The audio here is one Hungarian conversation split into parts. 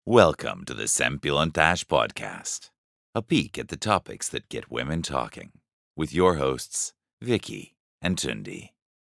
Welcome to the Szempillantás Podcast, a peek at the topics that get women talking, with your hosts, Vicky and Tündi.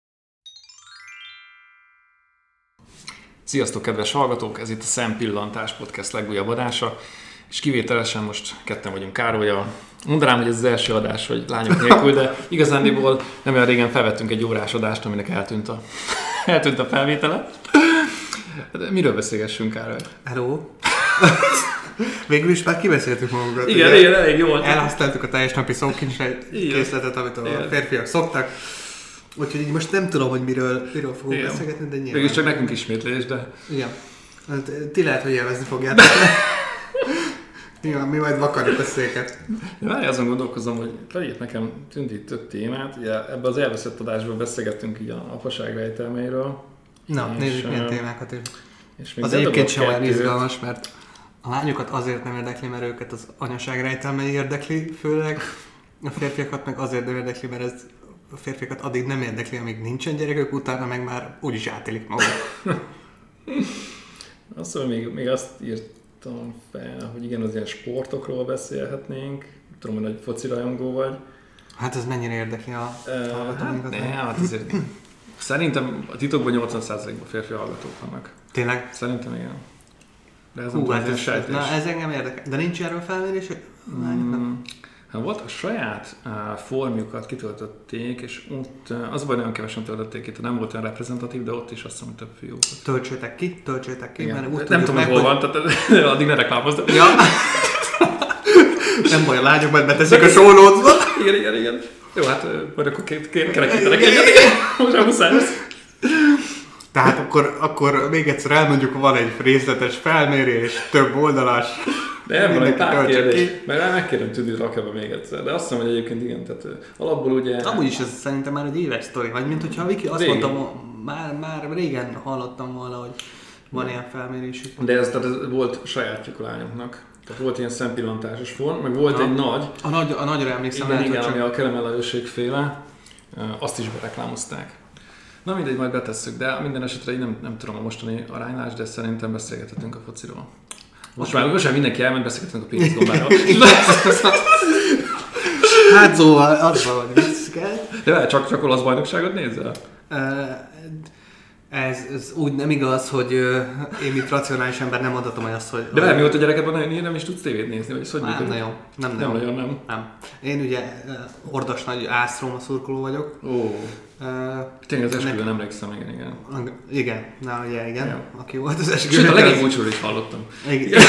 Sziasztok, kedves hallgatók! Ez itt a Szempillantás Podcast legújabb adása, és kivételesen most ketten vagyunk Károlyal. Mondanám, hogy ez az első adás, hogy lányok nélkül, de igazándiból nem olyan régen felvettünk egy órás adást, aminek eltűnt a felvétele. De miről beszélgessünk, Károly? Hello! Végül is már kibeszéltük magunkat. Igen, elég jól. Elhasználtuk a teljes napi szókincskészletet, amit a férfiak szoktak. Úgyhogy így most nem tudom, hogy miről fogunk beszélgetni, de nyilván. Végülis csak nekünk ismétlés, de... Igen. Hát, ti lehet, hogy élvezni fogjátok. Mi majd vakarjuk a széket. Várj, azon gondolkozom, hogy felírt nekem Tündi több témát. Ugye ebben az elveszett adásban beszélgettünk így a apaság rejtelmeiről. Na, nézzük milyen témákat is. És az egyébként sem olyan izgalmas, mert a lányokat azért nem érdekli, mert őket az anyaság rejtelmei érdekli, főleg a férfiakat meg azért nem érdekli, mert ez a férfiakat addig nem érdekli, amíg nincsen gyerekük, utána meg már úgyis átélik maguk. Azt mondom, még azt írtam fel, hogy igen, az ilyen sportokról beszélhetnénk. Tudom, hogy nagy foci rajongó vagy. Hát ez mennyire érdekli a hallgatóinkat? Hát azért... Szerintem a titokban 80%-ban férfi hallgatók vannak. Tényleg? Szerintem igen. De ez ez engem érdekel. De nincs erről felmérés? Hát volt a saját formjukat kitöltötték, és ott az baj, nagyon kevesen töltötték itt, nem volt olyan reprezentatív, de ott is azt hiszem, hogy több fiú volt. Töltsétek ki, igen. Mert úgy nem tudom, hogy hol van, tehát addig ne reklámozd. Ja. Nem baj, a lányok majd beteszik a show notes-ba. Igen. Jó, hát majd akkor kerekítenek egyet, most nem muszáj lesz. Tehát akkor még egyszer elmondjuk, van egy részletes felmérés, több oldalas. De van egy pár kérdés, mert megkérem Tündit, rakja be még egyszer, de azt hiszem, hogy egyébként igen, tehát alapból ugye... Amúgy is ez szerintem már egy éves sztori, vagy mint hogyha Viki azt mondta, már régen hallottam volna, hogy van ilyen felmérésük. De ez volt sajátjuk a lányoknak. Tehát volt ilyen szempillantásos form, meg volt egy nagy... A nagyra emlékszem. Igen, ami a Kelemel erőségféle, azt is bereklámozták. Na mindegy, majd betesszük, de minden esetre nem tudom a mostani aránylást, de szerintem beszélgethetünk a fociról. Most már mindenki elment, beszélgetünk a pénz gombáról. Hát szóval, az valahogy viszkel. De csak olasz bajnokságot nézel? Ez úgy nem igaz, hogy én mint racionális ember nem mondhatom azt, hogy... De mióta gyerekedben nem is tudsz tévét nézni, vagy hogy nem nagyon. Nem. Én ugye ordas nagy AS Róma szurkoló vagyok. Ó. Tényleg az esküvőn emlékszem, igen. Igen, igen. Aki volt az esküvőn. Sőt, a legény búcsúról is hallottam. Igen.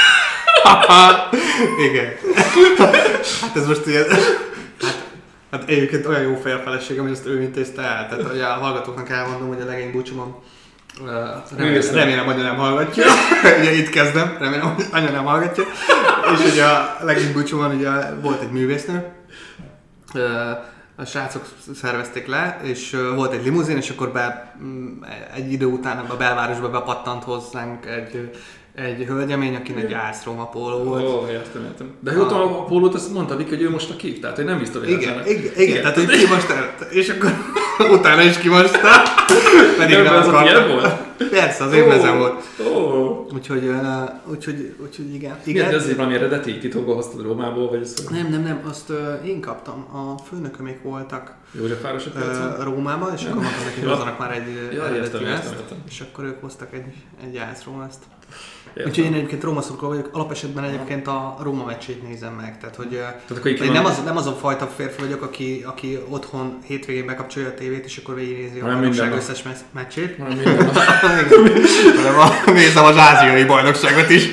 Igen. Hát ez most ilyen... Hát egyébként olyan jó fej a feleségem, hogy ezt ő intézte el. Tehát hogy a hallgatóknak elmondom, hogy a legény búcsúmon remélem, anya nem hallgatja. Ugye itt kezdem, remélem, hogy anya nem hallgatja. És ugye a legény búcsúmon ugye volt egy művésznő. A srácok szervezték le, és volt egy limuzin, és akkor egy idő után a belvárosba bepattant hozzánk egy hölgyemény, akinek egy AS Róma póló volt. Ó, értem. De hogy a pólót azt mondta Viki, hogy ő most a kép, tehát hogy nem biztos, hogy igen, tehát hogy kimostál, és akkor utána is kimostál, pedig nem akartam. Persze, az én mezem volt. Úgyhogy igen. Miért azért valami eredeti titokból hoztad Rómából, vagy ez? Nem, azt én kaptam, a főnökömék voltak Rómában, és akkor mondtam neki, hogy hozzanak már egy eredetű ezt, és akkor ők hoztak egy AS Róma ezt. Úgyhogy én egyébként Róma szurkoló vagyok, alapesetben egyébként a Róma meccsét nézem meg, tehát hogy én nem az a fajta férfi vagyok, aki otthon hétvégén bekapcsolja a tévét, és akkor végignézi a bajnokság összes meccsét. Hanem nézem az ázsiai bajnokságot is.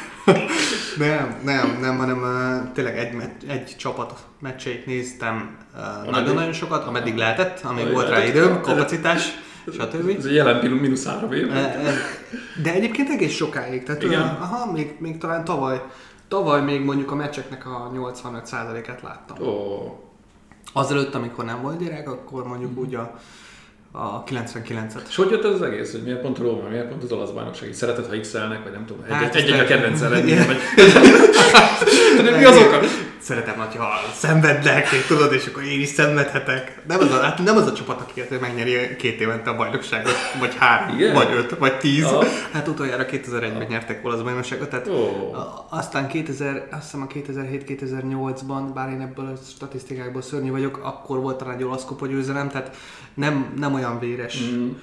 Nem, hanem tényleg egy csapat meccseit néztem nagyon-nagyon sokat, ameddig lehetett, amíg volt rá időm, kapacitás. Stb. Ez egy jelen -3 év. De egyébként egész sokáig. Tehát még talán tavaly még mondjuk a meccseknek a 85%-át láttam. Azelőtt, amikor nem volt gyerek, akkor mondjuk úgy a 99-et. És hogy jött ez az egész, hogy miért pont a Róma, miért pont az olasz bajnokság? Szereted, ha X-elnek, vagy nem tudom, egy a kedvencel lenni, vagy... Mi az oka? szeretem, hogyha szenvednek, tudod, és akkor én is szenvedhetek. Nem az a csapat, aki megnyeri 2 évente a bajnokságot, vagy 3, igen? Vagy 5, vagy 10. Hát utoljára 2001-ben nyertek volna az bajnokságot, tehát aztán azt hiszem a 2007-2008-ban, bár én ebből a statisztikákból szörnyű vagyok, akkor volt talán egy olasz kupa győzelem, tehát nem olyan véres.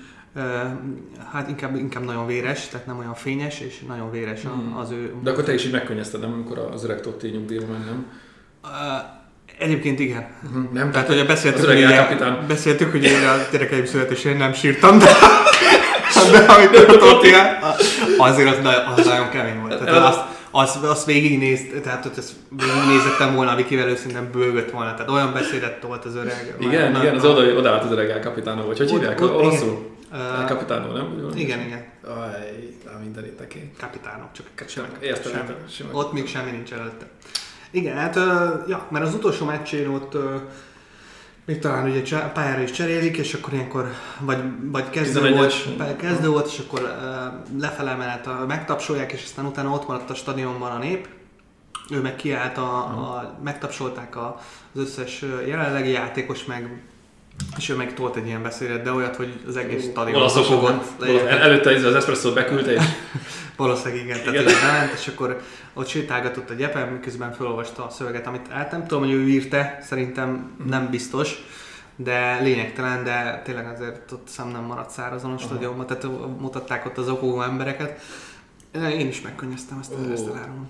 Hát inkább nagyon véres, tehát nem olyan fényes, és nagyon véres az ő... De akkor te is így megkönnyezted, nem, amikor az öreg Totti nyugdíjba ment, nem? Egyébként igen. Nem, tehát hogy beszéltük, hogy én a gyerekeim születésén nem sírtam, de amikor a Totti azért az nagyon kemény volt. Tehát azt végignéztem, tehát hogy ezt végignézettem volna, a Vikivel őszintén bőgött volna, tehát olyan beszédet tolt az öreg. Igen, az odaállt az öreg El Capitano, vagy hogy hívják? Olaszul? El Capitano, nem? Igen. Mindenit neki. Capitano, csak értem. Ott még semmi nincs előtte. Igen, hát, mert az utolsó meccsén ott még talán ugye pályára is cserélik, és akkor ilyenkor vagy kezdő volt, és akkor lefele mellett megtapsolják, és aztán utána ott maradt a stadionban a nép. Ő meg kiállt, megtapsolták az összes jelenlegi játékos, és ő meg tolt egy ilyen beszédet, de olyat, hogy az egész stadion fogott. Előtte az eszpresszót beküldte, és... Valószínűleg igen, tehát ment, és akkor ott sétálgatott a gyepen, miközben felolvasta a szöveget, amit nem tudom, hogy ő írte, szerintem nem biztos, de lényegtelen, de tényleg azért ott szem nem maradt szárazon a stadionban, tehát mutatták ott az okogó embereket. Én is megkönnyeztem ezt elárulom.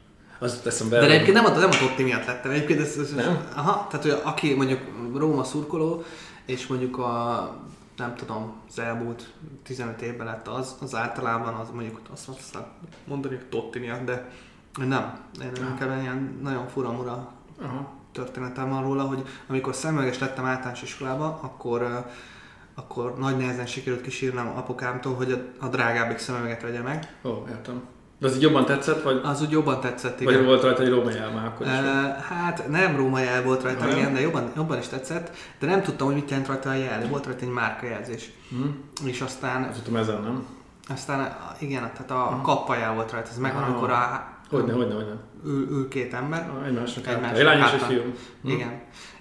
De egyébként nem a Totti miatt lettem, egyébként tehát hogy aki mondjuk Róma szurkoló, és mondjuk nem tudom, az elmúlt 15 évben lett az általában az mondjuk azt mondani, hogy Totti miatt, de nem. Én inkább ilyen nagyon fura-mura történetem van róla, hogy amikor szemüveges lettem általános iskolába, akkor nagy nehezen sikerült kísírnom apukámtól, hogy a drágábbik szemüveget vegye meg. Értem. De az így jobban tetszett? Vagy... Az úgy jobban tetszett, igen. Vagy volt rajta egy római jel már akkor is? Hát nem római jel volt rajta, igen, de jobban is tetszett. De nem tudtam, hogy mit jelent rajta a jel. Volt rajta egy márkajelzés. És aztán... Azt tudom ezen, nem? Aztán igen, tehát a kappajel volt rajta. Ez megvan, amikor Hogyne. Ül 2 ember. Egymásnak egy lány és egy fiú. Igen.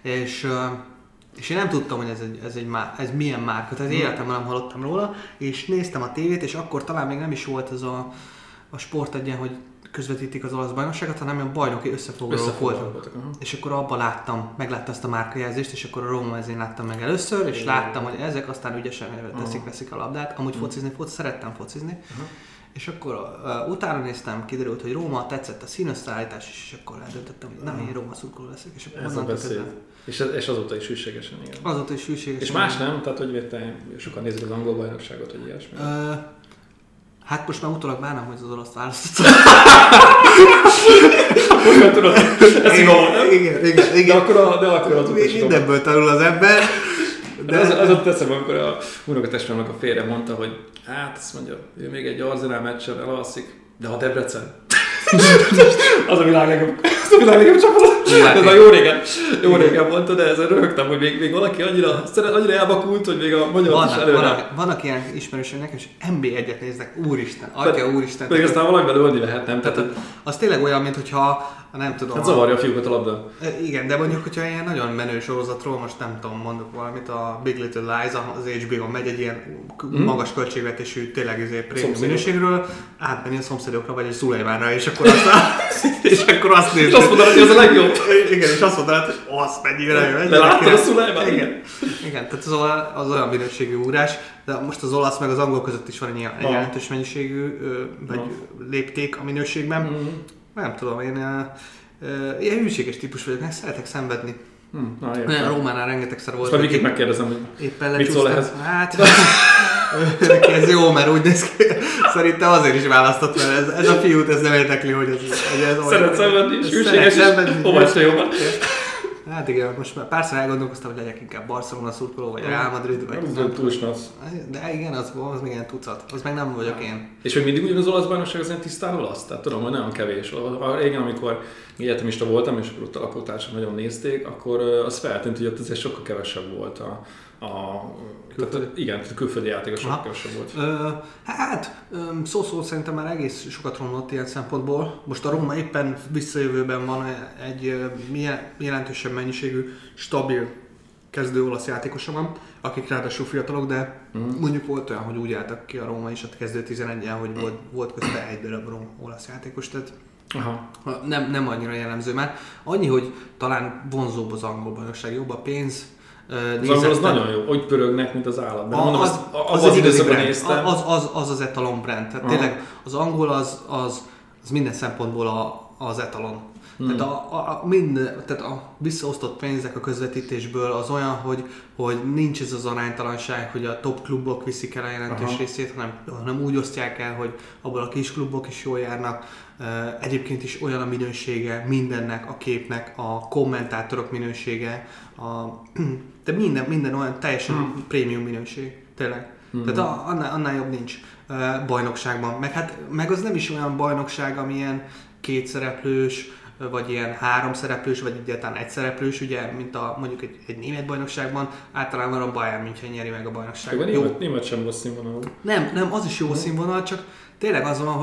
És én nem tudtam, hogy ez milyen márka. Tehát életemben nem hallottam róla. És néztem a tévét, és akkor talán még nem is volt ez a Sport egyen, hogy közvetítik az olasz bajnokságot, hanem a bajnoki összefoglalók voltak. És akkor abban megláttam ezt a márkajelzést, és akkor a Róma mezén láttam meg először, és láttam, hogy ezek aztán ügyesen veszik a labdát. Amúgy szerettem focizni. És akkor utána néztem, kiderült, hogy Róma, tetszett a színösszeállítás, és akkor eldöntöttem, hogy nem, én Róma szurkoló leszek. És akkor ez a beszéd. És azóta is hűségesen, igen. Azóta is hűségesen. És más nem? Tehát, hogy sokan nézik az angol bajnokságot, vagy ilyesmi? Hát most már utólag bánom, hogy az olasz választott. Most már tudod, ez igaz, nem? Igen. De akkor az utas mindenből tanul az ember. De az ott teszem, amikor a unokatestvéremnek a férje mondta, hogy hát azt mondja, ő még egy Arsenal meccsen elalszik, de a Debrecen. Az a világ legjobb csapat. Ez már jó régen mondta, de ezzel röhögtem, hogy még valaki annyira elvakult, hogy még a magyar is előre. Vannak ilyen ismerősök nekem, és NB1-et néznek, úristen, úristen. Pedig aztán valamivel ölni lehet, nem? Tehát az tényleg olyan, mint hogyha nem tudom. Hát zavarja a fiúkat a labda. Igen, de mondjuk, hogyha ilyen nagyon menő sorozatról, most nem tudom, mondok valamit, a Big Little Lies, az HBO-n megy egy ilyen magas költségvetésű, tényleg prémium minőségről, átmenni a szomszédokra, vagy egy Szulejmánra, és akkor azt nézd. És azt mondanád, hogy az a legjobb. Igen, és azt mondanád, hogy az mennyire jó. De láttad a Szulejmán? Igen, tehát az olyan minőségű ugrás, de most az olasz meg az angol között is van egy jelentős mennyiségű, vagy lépték a minőségben. Nem tudom, én ilyen hűséges típus vagyok, meg szeretek szenvedni. Rómánál rengetegszer volt. Most már megkérdezem, hogy éppen mit szól ehhez? Hát, ez jó, mert úgy néz ki. Szerintem azért is választott, mert ez a fiút, ez nem érdekli, hogy ez szeret szenvedni, és hűséges is. Hova este jobban? Hát igen, most már párszor elgondolkoztam, hogy legyek inkább Barcelona szurkoló, vagy Real Madrid, vagy... Nem túl smasz. De igen, az még ilyen tucat. Az meg nem vagyok én. És hogy mindig ugyanaz olasz bajnokság az ilyen tisztán olasz? Tehát tudom, hogy nagyon kevés. Régen, amikor egyetemista voltam, és akkor ott a lakótársak nagyon nézték, akkor az feltűnt, hogy ott azért sokkal kevesebb volt igen, a külföldi játékosok kevesebb volt. Szó szerintem már egész sokat romlott ilyen szempontból. Most a Róma éppen visszajövőben van egy jelentősebb mennyiségű, stabil kezdő olasz játékosa van, akik ráadásul fiatalok, de mondjuk volt olyan, hogy úgy álltak ki a Róma is a kezdő 11-en, hogy volt közben egy darab olasz játékos, tehát nem annyira jellemző már. Annyi, hogy talán vonzóbb az angol bajnokság, jobb a pénz. Az angol az nagyon jó, úgy pörögnek, mint az állat. Az időszakban néztem. Az etalon brand. Tehát tényleg az angol az minden szempontból az etalon. Tehát a visszaosztott pénzek a közvetítésből az olyan, hogy nincs ez az aránytalanság, hogy a top klubok viszik el a jelentős részét, hanem úgy osztják el, hogy abból a kis klubok is jól járnak. Egyébként is olyan a minősége mindennek, a képnek, a kommentátorok minősége, de minden olyan teljesen prémium minőség, tényleg. Tehát annál jobb nincs bajnokságban. Meg az nem is olyan bajnokság, amilyen kétszereplős, vagy ilyen háromszereplős, vagy egyáltalán egyszereplős, ugye, mint mondjuk egy német bajnokságban, általában a Bayern München nyeri meg a bajnokságot. Német sem volt színvonalú. Nem, az is jó színvonal, csak tényleg az van,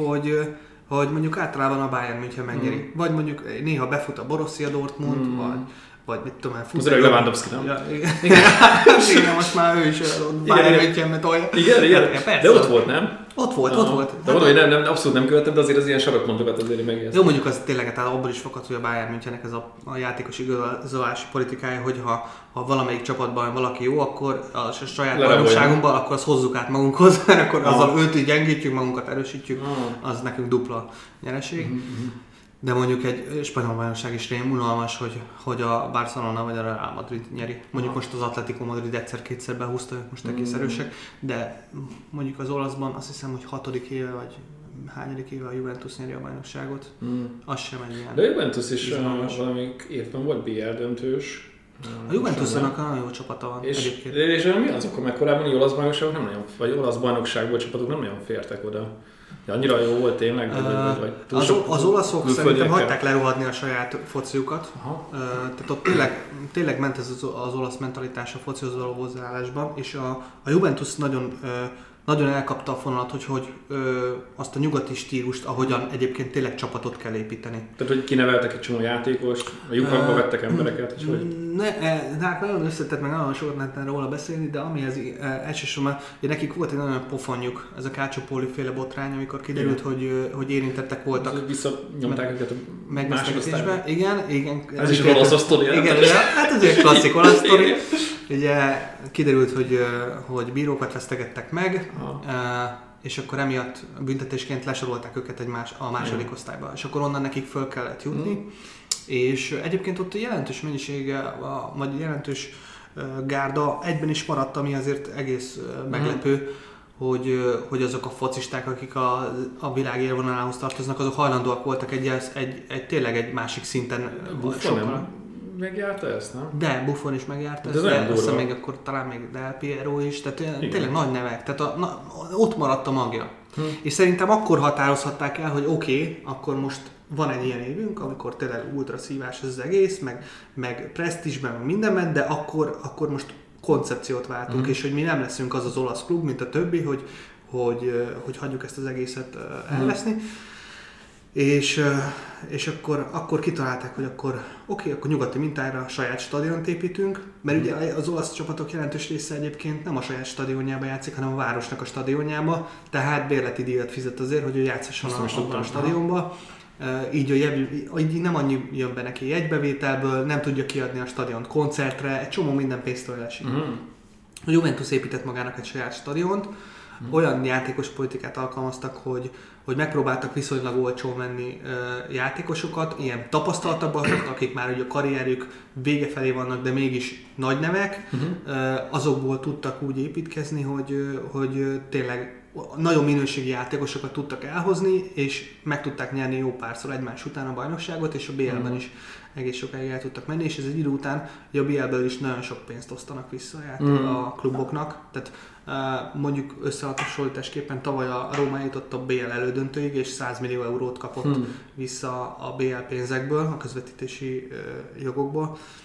hogy mondjuk általában a Bayern München megnyeri. Vagy mondjuk néha befut a Borussia Dortmund, vagy mit tudom el, az öreg Lewandowski, nem? Ja, igen, most már ő is Bayern Münchenbe tolja. Igen. De ott volt, nem? Ott volt. De mondom, hogy nem, abszolút nem követtem, de azért az ilyen sarokpontokat azért megjelzt. Jó, mondjuk az tényleg abból is fakad, hogy a Bayern Münchennek ez a játékos igazolási politikája, hogy ha valamelyik csapatban valaki jó, akkor a saját bajnokságunkban, akkor azt hozzuk át magunkhoz, akkor azzal őt így gyengítjük, magunkat erősítjük, az nekünk dupla nyereség. De mondjuk egy spanyol bajnokság is unalmas, hogy a Barcelona vagy a Real Madrid nyeri. Mondjuk most az Atletico Madrid egyszer-kétszer behúzta, ők most egész erősek, de mondjuk az olaszban azt hiszem, hogy 6. éve vagy hányadik éve a Juventus nyeri a bajnokságot. Az sem egy ilyen. De a Juventus is valamelyik évben volt BL döntős. A Juventusnak nagyon jó csapata van egyébként. És mi az akkor, mert korábban olasz bajnokságok nem nagyon, vagy olasz bajnokságból csapatok nem nagyon fértek oda. De annyira jó volt tényleg? Az olaszok szerintem hagyták lerohadni a saját fociukat. Tehát ott tényleg ment ez az olasz mentalitás a focihoz való hozzáállásban, és a Juventus nagyon elkapta a fonalat, hogy azt a nyugati stílust, ahogyan egyébként tényleg csapatot kell építeni. Tehát, hogy kineveltek egy csomó játékost, a lyukakba vettek embereket, és hogy... Hát nagyon összetett, meg nagyon sokat lehetne róla beszélni, de ami ez elsősorban, ugye nekik volt egy nagyon pofonjuk, ez a Calciopoli féle botrány, amikor kiderült, hogy érintettek voltak. Visszanyomták őket a megbeszélésbe. Igen. Ez is olasz sztori. Igen, hát ez egy klasszik olasz sztori. Ugye kiderült, hogy bírókat vesztegettek meg, és akkor emiatt büntetésként lesorolták őket a második osztályba, és akkor onnan nekik föl kellett jutni, és egyébként ott jelentős mennyisége, vagy jelentős gárda egyben is maradt, ami azért egész meglepő, hogy azok a focisták, akik a világ élvonalához tartoznak, azok hajlandóak voltak tényleg egy másik szinten sokkal. Megjárta ezt, nem? De Buffon is megjárta ezt, de aztán még akkor talán még Del Piero is, tehát tényleg nagy nevek, tehát ott maradt a magja. És szerintem akkor határozhatták el, hogy oké, akkor most van egy ilyen évünk, amikor tényleg ultra szívás ez az egész, meg presztízsben, meg mindenben, de akkor most koncepciót váltunk, és hogy mi nem leszünk az olasz klub, mint a többi, hogy hagyjuk ezt az egészet elveszni. És akkor kitalálták, hogy akkor nyugati mintára saját stadiont építünk, mert ugye az olasz csapatok jelentős része egyébként nem a saját stadionjába játszik, hanem a városnak a stadionjába, tehát bérleti díjat fizet azért, hogy ő játszasson abban a stadionba. Így nem annyi jön be neki jegybevételből, nem tudja kiadni a stadiont koncertre, egy csomó minden pénztől esik. A Juventus épített magának egy saját stadiont, olyan játékos politikát alkalmaztak, hogy megpróbáltak viszonylag olcsón venni játékosokat, ilyen tapasztaltabbak, akik már ugye a karrierjük vége felé vannak, de mégis nagy nevek, azokból tudtak úgy építkezni, hogy tényleg nagyon minőségi játékosokat tudtak elhozni, és meg tudták nyerni jó párszor egymás után a bajnokságot, és a BL-ben is egész sokáig el tudtak menni, és ez egy idő után a BL-ből is nagyon sok pénzt osztanak vissza a kluboknak. Tehát mondjuk összehasonlításképpen tavaly a Róma jutott a BL elődöntőig, és 100 millió eurót kapott vissza a BL pénzekből, a közvetítési jogokból.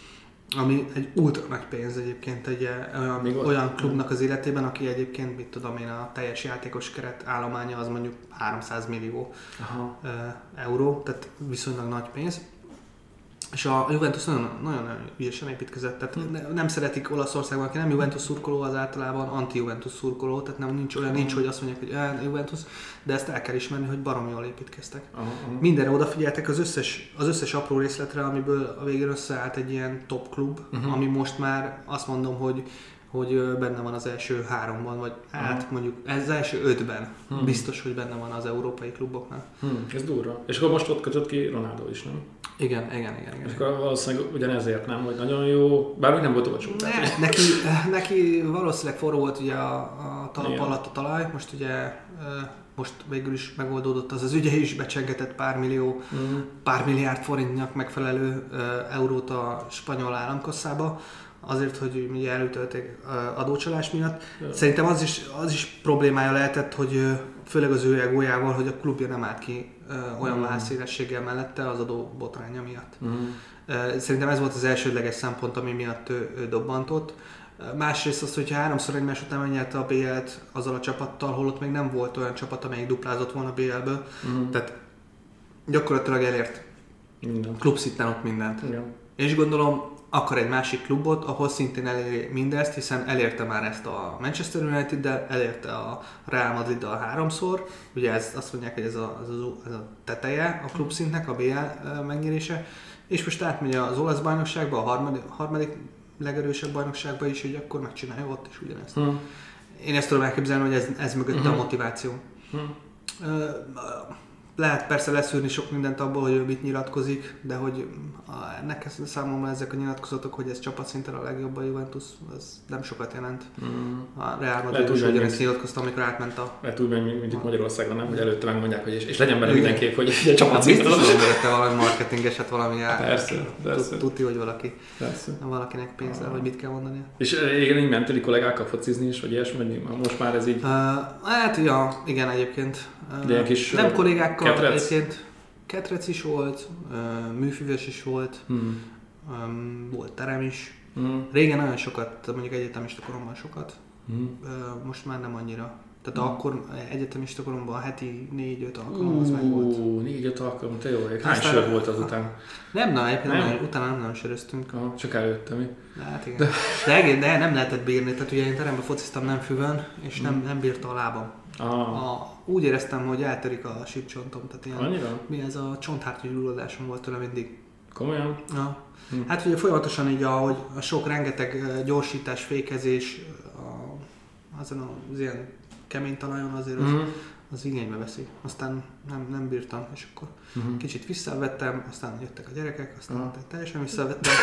ami egy ultra nagy pénz egyébként egy olyan klubnak az életében, aki egyébként, mit tudom én, a teljes játékos keret állománya az mondjuk 300 millió euró, tehát viszonylag nagy pénz. És a Juventus nagyon ügyesen építkezett, tehát nem szeretik Olaszországban, aki nem Juventus szurkoló, az általában anti-Juventus szurkoló, tehát nincs, hogy azt mondják, hogy Juventus, de ezt el kell ismerni, hogy baromi jól építkeztek. Mindenre odafigyeltek, az összes apró részletre, amiből a végén összeállt egy ilyen top klub, ami most már azt mondom, hogy benne van az első 3-ban, vagy mondjuk az első 5-ben. Biztos, hogy benne van az európai kluboknál. Ez durva. És akkor most ott kötött ki Ronaldo is, nem? Igen. És akkor valószínűleg ugyanezért nem, hogy nagyon jó, bár még nem volt olcsó. Neki valószínűleg forró volt ugye a talap alatt a talaj, most ugye most végül is megoldódott az ügye is, becsengetett pár milliárd forintnak megfelelő eurót a spanyol államkasszába, azért, hogy ugye elütölték adócsalás miatt. Szerintem az is problémája lehetett, hogy főleg az ő egójával, hogy a klubja nem állt ki olyan válszélességgel mellette az adó botránya miatt. Szerintem ez volt az elsődleges szempont, ami miatt ő dobbantott. Másrészt az, hogyha 3-szor egymás után megnyerte a BL-t azzal a csapattal, holott még nem volt olyan csapat, amelyik duplázott volna BL-ből. Tehát gyakorlatilag elért klubszinten ott mindent. És gondolom, akar egy másik klubot, ahol szintén eléri mindezt, hiszen elérte már ezt a Manchester United-del, elérte a Real Madriddal 3-szor, ugye azt mondják, hogy ez a teteje a klubszintnek, a BL megnyerése, és most átmegy az olasz bajnokságba, a harmadik legerősebb bajnokságba is, hogy akkor megcsinálja ott is ugyanezt. Én ezt tudom elképzelni, hogy ez mögötte a motiváció. Lehet persze leszűrni sok mindent abból, hogy ő mit nyilatkozik, de hogy számomra ezek a nyilatkozatok, hogy ez csapatszinten a legjobb a Juventus, az nem sokat jelent. A Real Madrid is ugyanezt nyilatkoztam, amikor átment a... Lehet úgy menni, mint itt Magyarországon, nem? Hogy előtte megmondják, hogy és legyen benne mindenképp, hogy a csapatszinten... Biztos, hogy előtte valami marketingeset, valami persze. Tudti, hogy valakinek pénzzel, hogy mit kell mondani. És régen így menteli kollégákkal focizni is, vagy ilyesmi, vagy most már ez így... Hát, igen, egyébként. Nem kollégákkal, egyébként ketrec is volt, műfüves is volt, volt terem is. Régen nagyon sokat, mondjuk egyetemista koromban sokat, most már nem annyira. Tehát akkor egyetemista koromban heti 4-5 alkalom az meg volt. 4-5 alkalom, te jó ég. Hány sör volt azután? Utána nem nagyon söröztünk. Csak előtte mi? Hát igen. De nem lehetett bírni, tehát ugye én teremben fociztam nem füvön, és nem bírta a lábam. Úgy éreztem, hogy eltörik a sípcsontom, tehát ilyen, ez a csonthártyagyulladásom volt tőle mindig. Komolyan? Hát ugye folyamatosan így, ahogy a sok rengeteg gyorsítás, fékezés, azon az ilyen kemény talajon azért az igénybe veszi. Aztán nem bírtam, és akkor kicsit visszavettem, aztán jöttek a gyerekek, aztán teljesen visszavettem.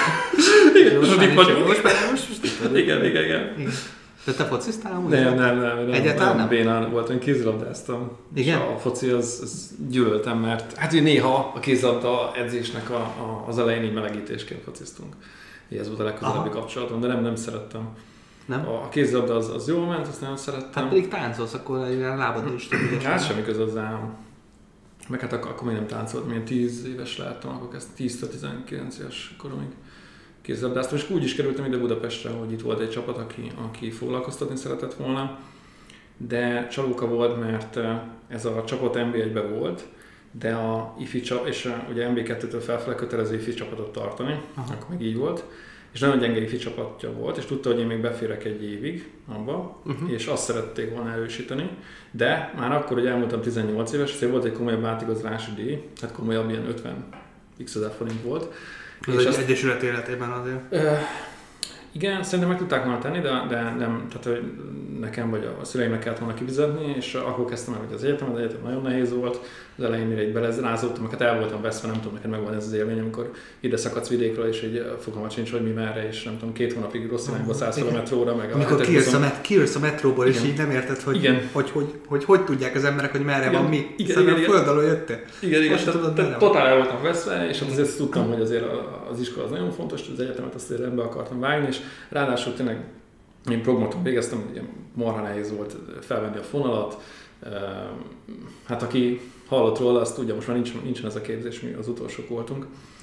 Igen. De te fociztál amúgy? Nem. Egyáltalán nem? Bénán voltam, én kézilabdáztam. Igen? És a foci az gyűlöltem, mert hát ugye néha a kézilabda edzésnek az elején így melegítésként fociztunk. Ez volt a legközelebbi kapcsolatom, de nem szerettem. Nem? A kézilabda az jól ment, azt nem szerettem. Hát pedig táncolsz, akkor a lábad is több. Hát semmi köz hozzá. Meg hát akkor még nem táncoltam, milyen 10 éves lehettem, akkor kezdtem 10-19 éves koromig kézilabdáztam, és úgy is kerültem ide Budapestre, hogy itt volt egy csapat, aki foglalkoztatni szeretett volna, de csalóka volt, mert ez a csapat NB1-ben volt, de a ifi és ugye NB2-től felfele kötelező ifi csapatot tartani, akkor meg így volt, és nagyon gyenge ifi csapatja volt, és tudta, hogy én még beférek egy évig abba, és azt szerették volna erősíteni, de már akkor, hogy elmúltam 18 éves, ezért volt egy komolyabb átigazolási díj, hát komolyabb ilyen 50 x ezer forint volt. Ez egy egyesület életében azért. Igen, szerintem meg tudták volna tenni, de nem, tehát nekem vagy a szüleimnek kellett volna kifizetni, és akkor kezdtem el, hogy az egyetem nagyon nehéz volt, az elején mire egy belezrázódtam, hát el voltam veszve, nem tudom, neked megvan ez az élmény, amikor ide szakadsz vidékről, és egy fogalmat sincs, hogy mi merre, és nem tudom, 2 hónapig rossz irányba szállsz fel a metróra, meg amikor kijössz a metróból, és így nem érted, hogy tudják az emberek, hogy merre van mi. Igen. Földalól jöttél. Igen, totál el voltam veszve, és azért tudtam, hogy azért az iskola az nagyon fontos, az egyetemet azt rendbe akartam vágni, és ráadásul tényleg én progmaton végeztem, ugye marha nehéz volt felvenni a fonalat. Hát aki hallott róla, azt tudja, most már nincsen ez a képzés, mi az utolsók voltunk.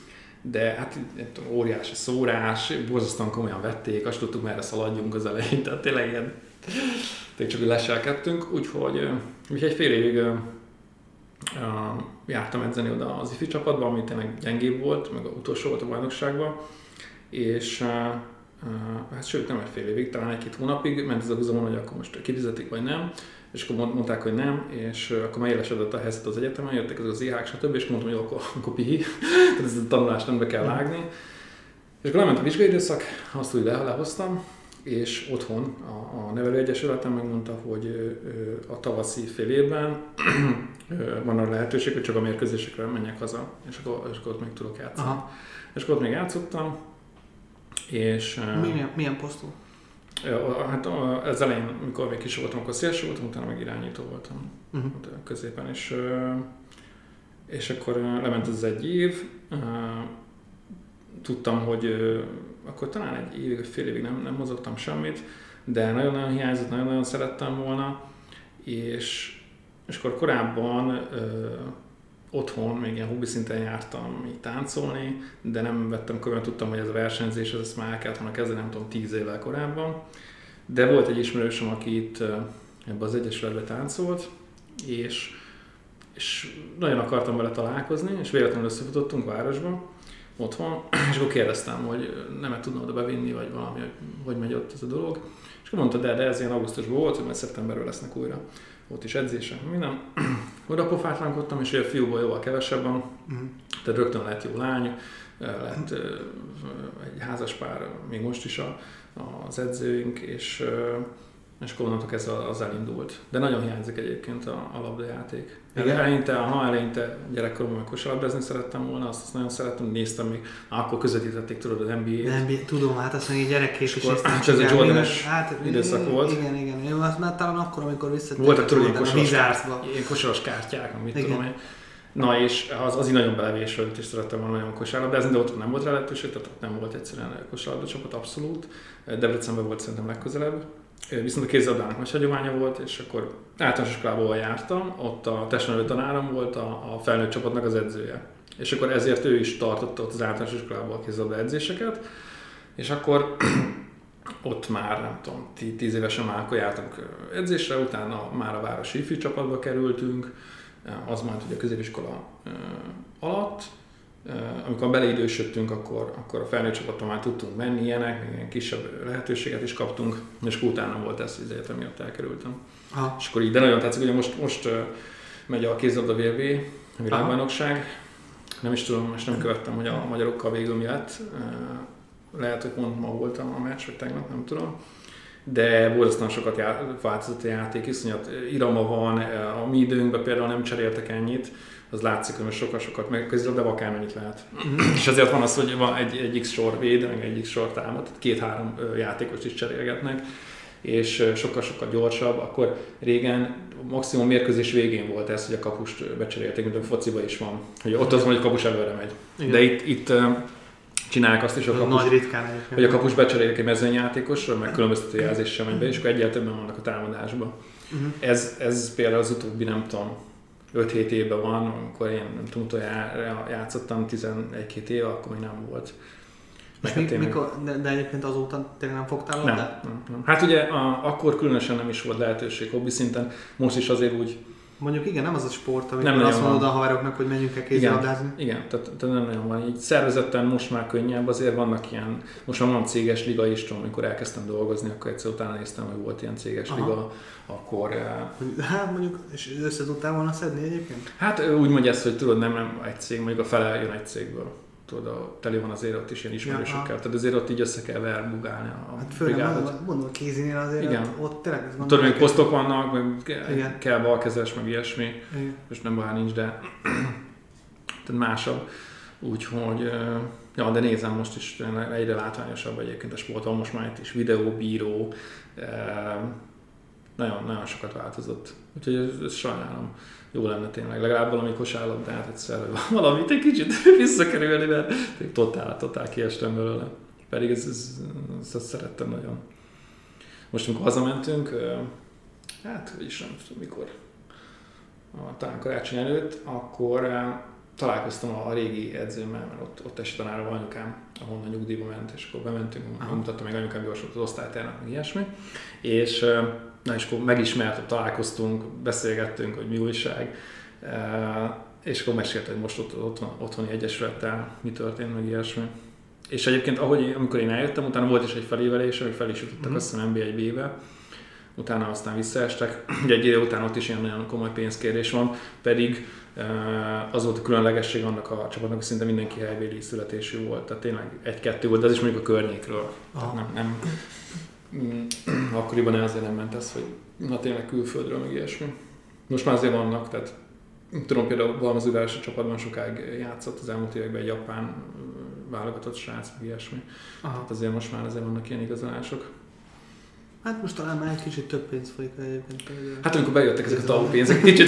de hát óriási szórás, borzasztóan komolyan vették, azt tudtuk, merre szaladjunk az elején, tehát tényleg ilyen, csak úgy leselkedtünk, úgyhogy egy fél évig jártam edzeni oda az ifi csapatban, ami tényleg gyengébb volt, meg utolsó volt a bajnokságban, és hát sőt nem egy fél évig, talán 1-2 hónapig ment ez a húzamon, hogy akkor most kifizetik vagy nem, és akkor mondták, hogy nem, és akkor megélesedett a helyzet az egyetemen, jöttek az IH-k, stb. És mondtam, hogy akkor pihi, tehát ez a tanulást nem be kell vágni. És akkor lement a vizsgai időszak, azt úgy lehoztam, és otthon a nevelőegyesületem megmondta, hogy a tavaszi fél évben van a lehetőség, hogy csak a mérkőzésekre menjek haza, és akkor ott még tudok játszani. Aha. És akkor ott még játszottam, és... Milyen poszton? Hát az elején, amikor még kis voltam, akkor szélső voltam, utána meg irányító voltam középen, és akkor lement ez egy év, tudtam, hogy akkor talán egy évig, fél évig nem mozogtam semmit, de nagyon-nagyon hiányzott, nagyon-nagyon szerettem volna, és akkor korábban otthon még ilyen hobbi szinten jártam így táncolni, de nem vettem komolyan, tudtam, hogy ez a versenyzés, ezt már el kellett volna kezdeni, nem tudom, 10 évvel korábban. De volt egy ismerősöm, aki itt ebbe az egyesületbe táncolt, és nagyon akartam vele találkozni, és véletlenül összefutottunk városban, otthon, és akkor kérdeztem, hogy nem tudna oda bevinni, vagy valami, hogy megy ott ez a dolog. És akkor mondta, de ez ilyen augusztusban volt, hogy majd szeptemberben lesznek újra ott is edzések, minden. Oda pofátlankodtam, és a fiúból jóval kevesebben, tehát rögtön lett jó lány, lett egy házaspár, még most is az edzőink, és akkor onnantól kezdve az elindult. De nagyon hiányzik egyébként a labdajáték. Eleinte gyerekkoromban meg kosárlabdázni szerettem volna, azt nagyon szerettem, néztem még, akkor közvetítették, tudod, az NBA-t. Tudom, hát azt mondja, gyerekként is néztem. Ez egy Jordan-es időszak volt. Igen. Én azt már talán akkor, amikor visszatértem voltak tudod, ilyen kosaras kártyák, mit tudom én. Na és az így nagyon belevésült, és szerettem volna nagyon kosárlabdázni, de ott nem volt rá lehetőség, tehát nem volt egyszerűen kosárlabda csapat, abszolút. Debrecenben volt szerintem legközelebb. Viszont a kézilabdának nagy hagyománya volt, és akkor általános iskolából jártam, ott a testnevelő tanárom volt a felnőtt csapatnak az edzője. És akkor ezért ő is tartotta ott az általános iskolából a kézilabda edzéseket, és akkor ott már, nem tudom, 10 évesen már akkor jártunk edzésre, utána már a városi ifi csapatba kerültünk, az majd ugye a középiskola alatt. Amikor beleidősödtünk, akkor a felnőtt csapatban már tudtunk menni, ilyen kisebb lehetőséget is kaptunk, és utána volt ez, ezért emiatt elkerültem. Aha. És akkor így, de nagyon tetszik, ugye most megy a kézilabda VB, a világbajnokság. Nem is tudom, most nem követtem, hogy a magyarokkal végül mi lett. Lehet, hogy pont ma volt a meccs, vagy tegnap, nem tudom. De borzasztóan sokat változott a játék, iszonyat irama van, a mi időnkben például nem cseréltek ennyit, az látszik, hogy sokat meg közül, de akármennyit lehet. És ezért van az, hogy van egy X sor véd, meg egy X sor támad, 2-3 játékost is cserélgetnek, és sokkal gyorsabb. Akkor régen maximum mérkőzés végén volt ez, hogy a kapust becserélték, mint a fociban is van. Hogy ott az van, hogy a kapus előre megy. Igen. De itt csinálják azt is, hogy a kapus becserélik egy mezőnyjátékosra, meg különböztető jelzés sem megy be, és akkor egyáltalán többen vannak a támadásban. Ez például az utóbbi, nem tudom, 5-7 évben van, amikor én nem tudom, utoljára játszottam 11-2 éve, akkor még nem volt. De egyébként azóta tényleg nem fogtál labdát? Nem. Hát ugye akkor különösen nem is volt lehetőség hobbi szinten, most is azért úgy. Mondjuk igen, nem az a sport, amikor azt mondod a haveroknak, hogy menjünk el kézilabdázni. Igen, tehát nem nagyon van. Így szervezetten most már könnyebb, azért vannak ilyen, most már van céges liga is, tudom, amikor elkezdtem dolgozni, akkor egyszer utána néztem, hogy volt ilyen céges liga, akkor... Hát mondjuk, és össze tudtál volna szedni egyébként? Hát úgy mondja ezt, hogy tudod, nem egy cég, mondjuk a fele jön egy cégből. Tudod, teli van azért ott is ilyen ismerősökkel, tehát azért ott így össze kell verbugálni a brigádot. Hát mondom, kézinél azért igen. Ott tényleg... Tudod, hogy posztok vannak, meg kell balkezes, meg ilyesmi, most nem bár nincs, de tehát másabb. Úgyhogy, ja, de nézem most is, egyre látványosabb egyébként a sport, most már itt is videóbíró, nagyon sokat változott. Úgyhogy ezt sajnálom. Jó lenne tényleg, legalább valami kosárlabdát egyszer, valamit egy kicsit visszakerülni, mert totál kiestem belőle. Pedig ezt szerettem nagyon. Most, amikor hazamentünk, hát is nem tudom mikor, talán karácsony előtt, akkor találkoztam a régi edzőmmel, mert ott esi tanára van anyukám, ahonnan nyugdíjba ment, és akkor bementünk, mutattam meg anyukám javasolt az osztálytárnak, meg ilyesmi. És akkor megismertük, találkoztunk, beszélgettünk, hogy mi újság. És akkor mesélte, hogy most otthoni egyesülettel mi történt, meg ilyesmi. És egyébként, amikor én eljöttem, utána volt is egy felévelés, hogy fel is jutottak azt hiszem NB1-be, utána aztán visszaestek. Ugye egy idő után ott is ilyen nagyon komoly pénzkérés van, pedig az volt a különlegesség annak a csapatnak, hogy szinte mindenki helybéli születésű volt, tehát tényleg 1-2 volt, de az is mondjuk a környékről. Nem akkoriban azért nem ment ez, hogy na tényleg külföldről, meg ilyesmi. Most már azért vannak, tehát tudom, például Balmaz Ülés a csapatban sokáig játszott az elmúlt években egy japán válogatott srác, meg ilyesmi. Tehát azért most már vannak ilyen igazolások. Hát most talán már egy kicsit több pénz folyik egyébként. Hát amikor bejöttek ezek a TAO pénzek, kicsit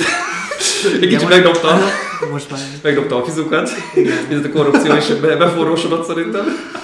megdobta a fizukat, ez a korrupció is beforrósodott szerintem.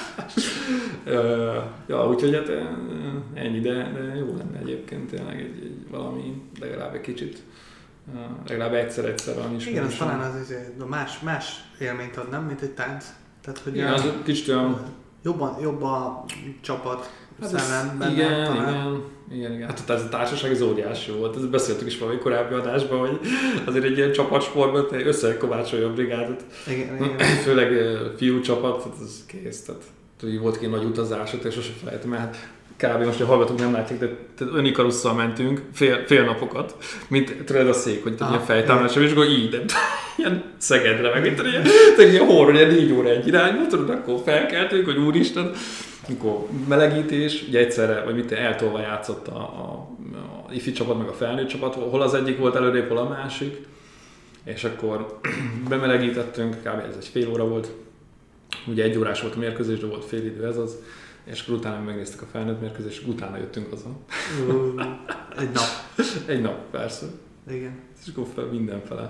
Úgyhogy hát ennyi, de jó lenne egyébként tényleg egy valami legalább egy kicsit. Legalább egyszer valami is. Igen, az talán az más élményt ad, nem? Mint egy tánc. Tehát, hogy igen, az kicsit olyan... Jobb a csapat szellem benne. Igen. Hát ez a társaság az óriási volt. Ezt beszéltük is valami korábbi adásban, hogy azért egy ilyen csapatsportban összekovácsolja a brigádot. Igen. Főleg fiú csapat, ez kész. Tehát volt egy nagy utazás, és sosem felejtem, mert kb. Most a hallgatók nem látják, de önikarusszal mentünk fél napokat, mint tudod a szék, hogy ilyen fejtámlás, és akkor így, de ilyen Szegedre, meg mint ilyen horror, ilyen 4 óra egy irányba, tudod, akkor felkeltünk, hogy úristen, akkor melegítés, ugye egyszerre, vagy eltolva játszott a ifi csapat, meg a felnőtt csapat, hol az egyik volt előrébb, hol a másik, és akkor bemelegítettünk, kb. Ez egy fél óra volt, ugye 1 órás volt a mérkőzés, de volt fél idő ez az, és akkor utána megnéztük a felnőtt mérkőzést, és utána jöttünk haza. Egy nap. Egy nap, persze. Igen. És akkor mindenfele.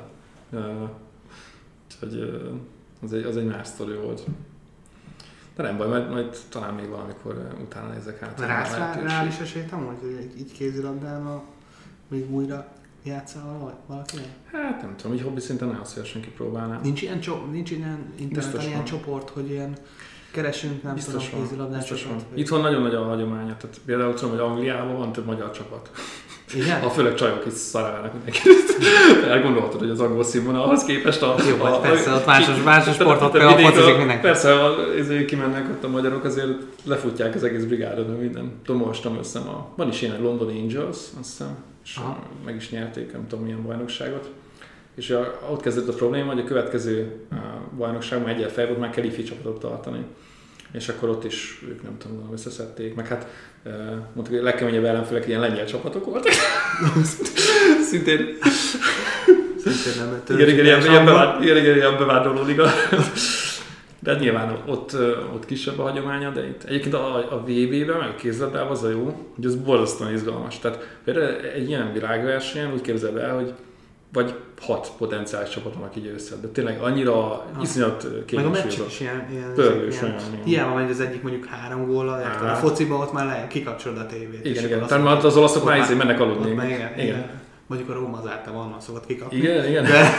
Úgyhogy az egy más sztori volt. De nem baj, majd talán még valamikor utána nézek át. Rá is esélytem, hogy így kézilabdával még újra játszál valaki? Hát nem tudom, így hobbi szinten nagyon szívesen kipróbálnám. Nincs ilyen interneten ilyen csoport, hogy ilyen keresünk, nem biztos tudom, kézilabdásokat. Itthon nagyon nagy a hagyománya, tehát például tudom, hogy Angliában van több magyar csapat. Igen? Főleg csajok is szarálnak mindenkit. Elgondolhatod, hogy az angol színvonalhoz képest persze, ott más sportokkal focizik mindenki. Persze, ezért kimennek ott a magyarok, azért lefutják az egész brigádot, minden. Tudom, olvastam össze van is ilyen London Angels, azt hiszem, és meg is nyerték, nem tudom milyen bajnokságot. És ott kezdődött a probléma, hogy a következő bajnokságban egyel fel volt, már kell ifi csapatot tartani. És akkor ott is ők nem tudom, összeszedték, meg hát mondtuk, hogy a legkeményebb ellenfelek ilyen lengyel csapatok voltak. Szintén nem. Igen, bevándorló liga. De nyilván ott kisebb a hagyománya, de itt egyébként a VB-ben, meg a kézilabdában az a jó, hogy az borzasztóan izgalmas. Tehát például egy ilyen világversenyen úgy képzeld el, hogy vagy 6 potenciális csapat vannak így össze, de tényleg annyira iszonyat kényesül. Meg a meccsek is ilyen hiába megy az egyik mondjuk 3 góllal, a fociba ott már kikapcsolod a tévét. Igen. Tehát az olaszok már mennek aludni. Igen. Mondjuk a Róma az általában onnan szokott kikapni. Igen. De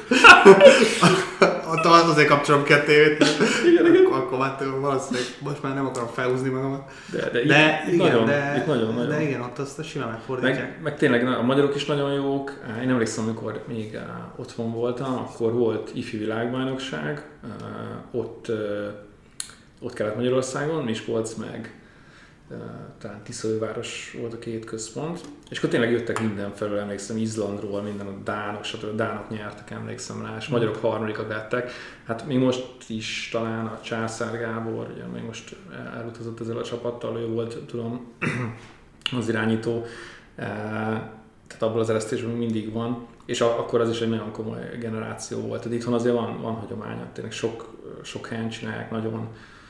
azért kapcsolom ki a tévét, igen. Akkor valószínűleg most már nem akarom felhúzni magamat. De igen, ott azt simán megfordítják. Meg tényleg a magyarok is nagyon jók. Én emlékszem, amikor még otthon voltam, akkor volt ifi világbajnokság. Ott Kelet-Magyarországon, Miskolc meg talán Tiszaújváros volt a 2 központ, és akkor tényleg jöttek mindenfelől, emlékszem, Izlandról, minden a dánok, stb. A dánok nyertek, emlékszem rá, és magyarok 3-at lettek. Hát még most is talán a Császár Gábor, ugye még most elutazott ezzel a csapattal, ő volt, tudom, az irányító, tehát abból az eresztésben mindig van, és akkor az is egy nagyon komoly generáció volt. Tehát itthon azért van hagyománya, tényleg sok helyen csinálják, nagyon.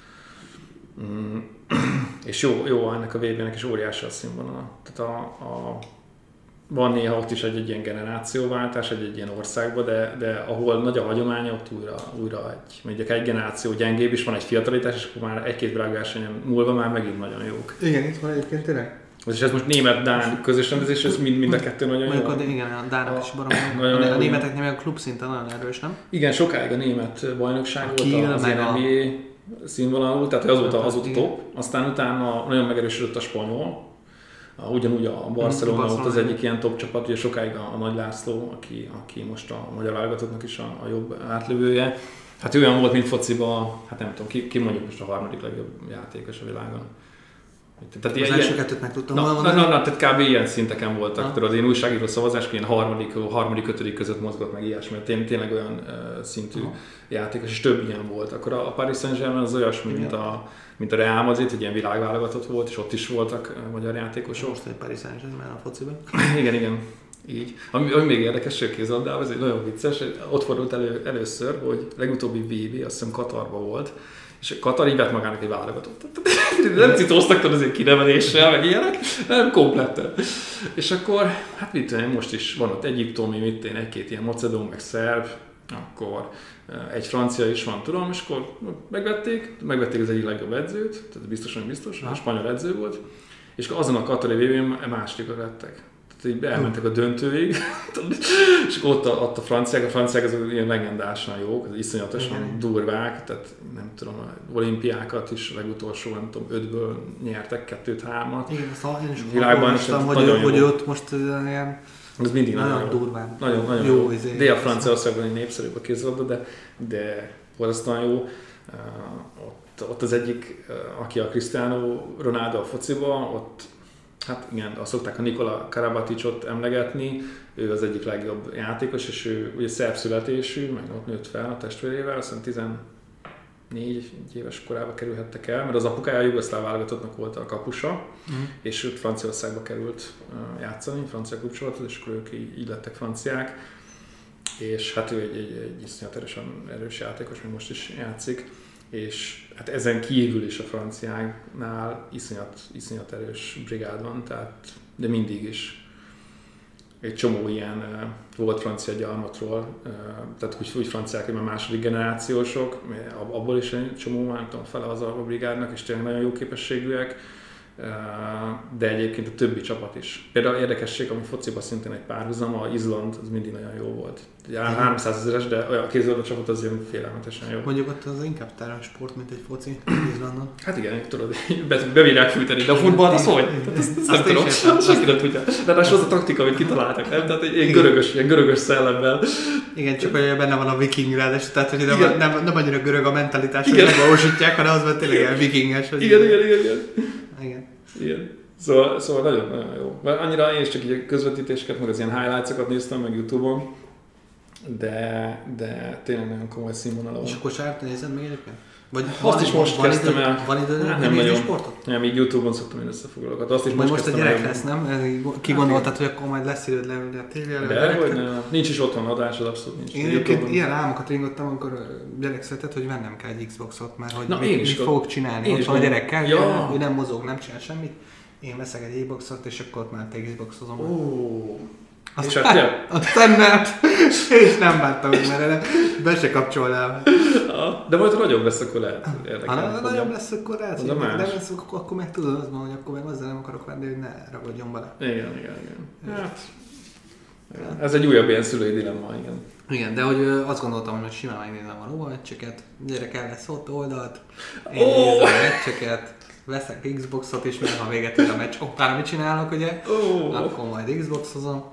És jó ennek a VB-nek is óriási a színvonala. Tehát van néha ott is egy ilyen generációváltás egy ilyen országban, de ahol nagy a hagyománya, ott újra egy generáció gyengébb is, van egy fiatalítás, és akkor már 1-2 világversenyen múlva már megint nagyon jók. Igen, itt van egyébként tényleg. És ez most német-dán közös rendezés, ez mind a kettő nagyon jó. Mondjuk igen, a dánok is baromi. A németeknél meg a klub szinten nagyon erős, nem? Igen, sokáig a német bajnokság volt az NBA színvonalú, tehát az volt a top. Aztán utána nagyon megerősödött a spanyol. Ugyanúgy a Barcelona volt az egyik ilyen top csapat, ugye sokáig a Nagy László, aki most a magyar válogatottnak is a jobb átlövője. Hát olyan volt, mint fociban, hát nem tudom, ki mondjuk most a harmadik legjobb játékos a világon. Tehát az első kettőt meg tudtam mondani. Tehát kb. Ilyen szinteken voltak. Tudod, én újságíró szavazás, ilyen harmadik, ötödik között mozgott meg ilyesmi, mert tényleg olyan szintű játékos, és több ilyen volt. Akkor a Paris Saint-Germain az olyasmi, mint a Real Madrid, hogy ilyen világválogatott volt, és ott is voltak magyar játékosok. Most egy Paris Saint-Germain a fociban. Igen. Így. Ami még érdekes, hogy kézilabdában, ez egy nagyon vicces, ott fordult először, hogy legutóbbi VB, azt hiszem Katarban volt, és Katar így vett magának egy válogatott. Nem citóztak azért kineveléssel, meg ilyenek, nem kompletten. És akkor, hát mit tudom, most is van ott egyiptomi, egy-két ilyen macedón, meg szerb, akkor egy francia is van, tudom, és akkor megvették az egyik legjobb edzőt, tehát biztos, a spanyol edző volt, és azon a katari VB-n másodikra lettek. Tehát így elmentek a döntőig, és ott a franciák az ilyen legendásan jók, az iszonyatosan durvák, tehát nem tudom, olimpiákat is legutolsó, nem tudom, 5-ből nyertek 2-3-at. Igen, azt én is világban is hogy ott most ilyen ez mindig nagyon durván. Nagyon jó. Dél-Franciaországban egy népszerűbb a kézilabda, de borzasztóan jó. Ott az egyik, aki a Cristiano Ronaldo a fociba, ott hát igen, azt szokták a Nikola Karabaticot emlegetni, ő az egyik legjobb játékos, és ő ugye szerb születésű, meg ott nőtt fel a testvérével, azt hiszem 14 éves korában kerülhettek el, mert az apukája a jugoszláv válogatottnak volt a kapusa, és őt Franciaországba került játszani, francia klubcsapatot, és akkor ők így lettek franciák, és hát ő egy iszonyat erős játékos, még most is játszik, és hát ezen kívül is a franciáknál iszonyat erős brigád van, de mindig is. Egy csomó ilyen volt francia gyarmatról, tehát úgy franciák, hogy már második generációsok, abból is egy csomó, nem tudom, fele az a brigádnak, és tényleg nagyon jó képességűek, de egyébként a többi csapat is. Például érdekesség, ami fociban szintén egy párhuzam, az Izland, az mindig nagyon jó volt. 300 000-es, de a kézilabda csapat az ilyen félelmetesen jó. Mondjuk ott az inkább sport, mint egy foci Izlandon. Hát igen, tudod, bebírják fűteni, de a futball az hogy? Ezt nem tudom, senki nem tudja. De az a taktika, amit kitaláltak, nem? Tehát egy ilyen görögös szellemmel. Igen, csak hogy benne van a viking ráadásul, tehát hogy nem annyira görög a mentalitás, hogy megvalósítják, hanem az van tényleg ilyen vikinges. Igen. Szóval nagyon, nagyon jó. Annyira én is csak így a közvetítéseket, meg az ilyen highlights-okat néztem meg YouTube-on, de tényleg nagyon komoly színvonalon. És a kosárt nézed meg egyébként? Vagy azt is most kezdtem el. Van időd nem nézni sportot? Nem, így YouTube-on szoktam én összefoglalókat. Azt is most a gyerek lesz, nem? Kigondoltad, hogy akkor majd lesz időd leülni a tévére? De hogy nem. Nincs is otthon adás, az abszolút nincs. Én egyébként ilyen álmokat ringottam, amikor gyerek született, hogy vennem kell egy Xboxot, mert hogy mit fogok csinálni. Ott van a gyerekkel, ő nem mozog, nem csinál semmit. Én veszek egy Xboxot, és akkor ott már te Xboxozom. Aztán nem, és nem bántam, mert be se kapcsolnám. De majd ha nagyobb lesz, akkor lehet érdekelni. Ha nagyobb lesz, akkor lehet, hogy nem lesz, akkor meg tudod, az van, hogy akkor meg azzal nem akarok venni, hogy ne ragadjon bele. Igen. Hát, ez egy újabb ilyen szülői dilemma, igen. Igen, de hogy azt gondoltam, hogy simán megnézem a lómeccseket, gyerek el lesz ott oldalt, én nézem a meccseket, veszek Xboxot, és még ha véget ér a meccs, utána mit csinálok, ugye? Akkor majd Xboxozom.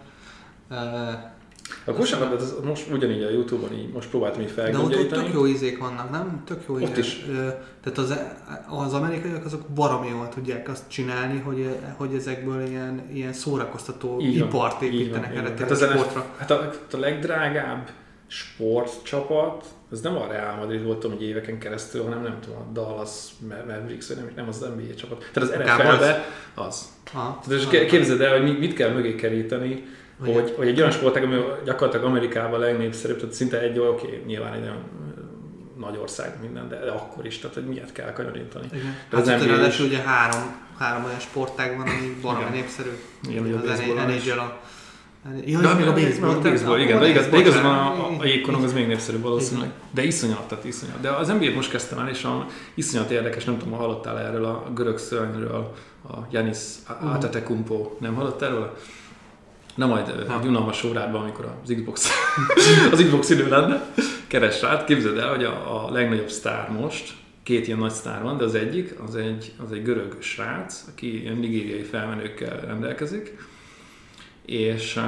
A kosárlabdát most ugyanígy a YouTube-on így most próbáltam így felgöngyölíteni. De ott tök jó ízék vannak, nem? Tök jó ott is. Tehát az amerikaiak azok baromi jól tudják azt csinálni, hogy ezekből ilyen szórakoztató ipart építenek erre sportra. Hát a legdrágább sportcsapat, ez nem a Real Madrid volt, hogy éveken keresztül, hanem nem tudom, a Dallas Mavericks, nem az NBA csapat. Tehát az NFL-be az. Tehát képzeld el, hogy mit kell mögé keríteni, hogy egy olyan sportág, ami gyakorlatilag Amerikában a legnépszerűbb, tehát szinte nyilván egy olyan nagy ország minden, de akkor is, tehát hogy miért kell kanyarítani. Hát ráadásul ugye három olyan sportág van, ami valami népszerű. Igen, az NHL Ja, de még a baseball. Igen, de igazán a jégkorong az még népszerűbb valószínűleg. De iszonyat. De az NBA-t most kezdtem el, és iszonyat érdekes, nem tudom, hallottál erről a görög szörnyről, a Giannis Antetokounmpo, nem hallottál róla? Na majd egy unalmas órában, amikor az Xbox idő lenne, keres rá, képzeld el, hogy a legnagyobb sztár most, 2 ilyen nagy sztár van, de az egyik, az egy görög srác, aki ilyen nigériai felmenőkkel rendelkezik, és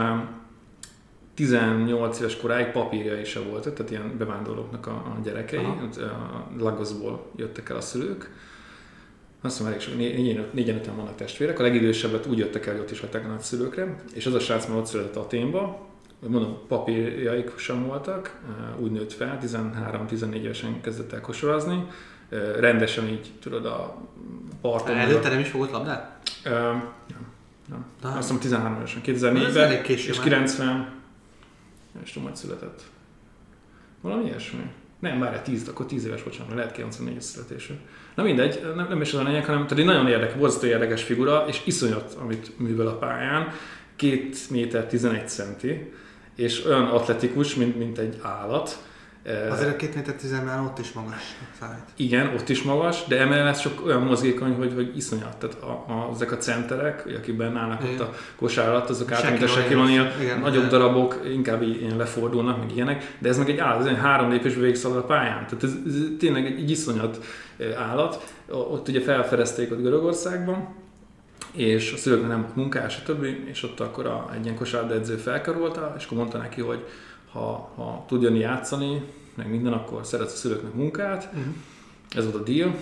18 éves koráig papírjai se volt, tehát ilyen bevándorlóknak a gyerekei, Lagosból jöttek el a szülők. Azt mondom, elég sok, 4-5-en vannak testvérek, a legidősebbet úgy jöttek el, hogy ott is hagyták a nagyszülőkre, és az a srác már ott született Athénba, mondom, papírjaik sem voltak, úgy nőtt fel, 13-14 évesen kezdett el kosarazni, rendesen így, tudod, a parton... Előtte nem is fogott labdát? Nem. Azt mondom 13 évesen, 2004-ben, és 90, nem is tudom, hogy született. Valami ilyesmi. Nem, várjál, 10 éves, bocsánat, lehet 94 születésű. Na mindegy, nem is az a lényeg, hanem egy nagyon érdekes, borzasztó érdekes figura, és iszonyat, amit művel a pályán, 2 méter 11 centi, és olyan atletikus, mint egy állat. Azért a 2 méter 10 ott is magas számít. Igen, ott is magas, de emellett sok olyan mozgékony, hogy iszonyat. Tehát ezek a centerek, akik benne állnak ott a kosár alatt, azok át, mint a Shaquille O'Neal, nagyobb darabok, inkább ilyen lefordulnak, meg ilyenek, de ez meg egy állat, ez egy 3 lépésbe végigszalad a pályán. Tehát ez tényleg egy iszonyat állat. Ott ugye felfedezték ott Görögországban, és a szülőknek nem volt munkás, stb. És ott akkor egy ilyen kosárlabdaedző felkarolta, és akkor mondta neki, hogy ha tud jönni játszani, meg minden, akkor szeretsz a szülőknek munkát. Ez volt a deal,